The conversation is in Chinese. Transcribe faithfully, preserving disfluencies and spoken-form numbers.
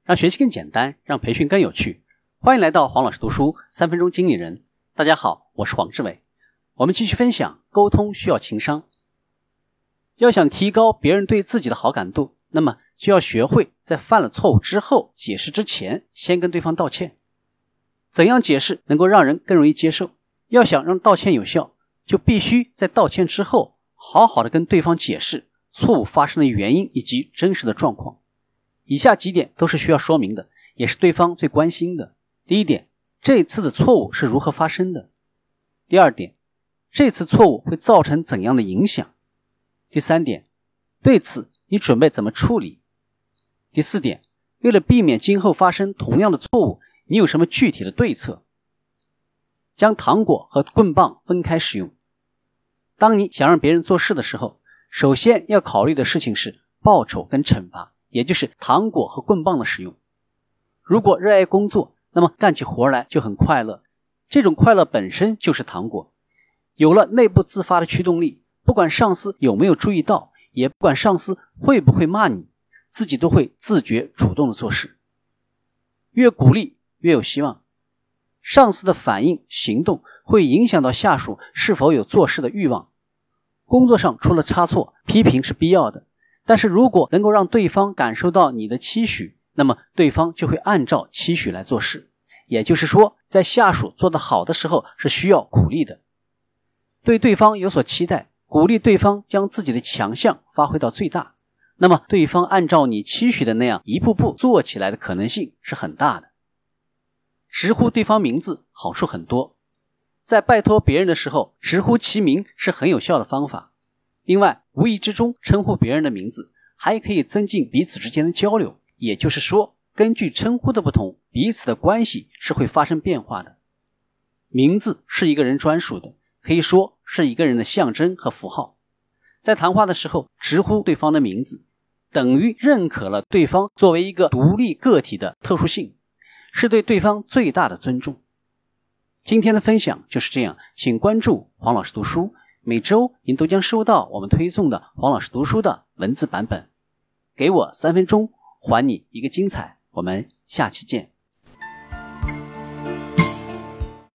让学习更简单，让培训更有趣。欢迎来到黄老师读书三分钟经理人。大家好，我是黄志伟。我们继续分享沟通需要情商。要想提高别人对自己的好感度，那么就要学会在犯了错误之后解释之前先跟对方道歉。怎样解释能够让人更容易接受？要想让道歉有效，就必须在道歉之后好好的跟对方解释错误发生的原因以及真实的状况。以下几点都是需要说明的，也是对方最关心的。第一点，这次的错误是如何发生的？第二点，这次错误会造成怎样的影响？第三点，对此你准备怎么处理？第四点，为了避免今后发生同样的错误，你有什么具体的对策？将糖果和棍棒分开使用。当你想让别人做事的时候，首先要考虑的事情是报酬跟惩罚，也就是糖果和棍棒的使用。如果热爱工作，那么干起活来就很快乐，这种快乐本身就是糖果。有了内部自发的驱动力，不管上司有没有注意到，也不管上司会不会骂你，自己都会自觉主动的做事。越鼓励越有希望。上司的反应行动会影响到下属是否有做事的欲望。工作上出了差错，批评是必要的，但是如果能够让对方感受到你的期许，那么对方就会按照期许来做事。也就是说，在下属做得好的时候是需要鼓励的。对对方有所期待，鼓励对方将自己的强项发挥到最大，那么对方按照你期许的那样一步步做起来的可能性是很大的。直呼对方名字好处很多，在拜托别人的时候，直呼其名是很有效的方法。另外，无意之中称呼别人的名字，还可以增进彼此之间的交流。也就是说，根据称呼的不同，彼此的关系是会发生变化的。名字是一个人专属的，可以说是一个人的象征和符号。在谈话的时候，直呼对方的名字，等于认可了对方作为一个独立个体的特殊性，是对对方最大的尊重。今天的分享就是这样，请关注黄老师读书，每周您都将收到我们推送的黄老师读书的文字版本。给我三分钟，还你一个精彩，我们下期见。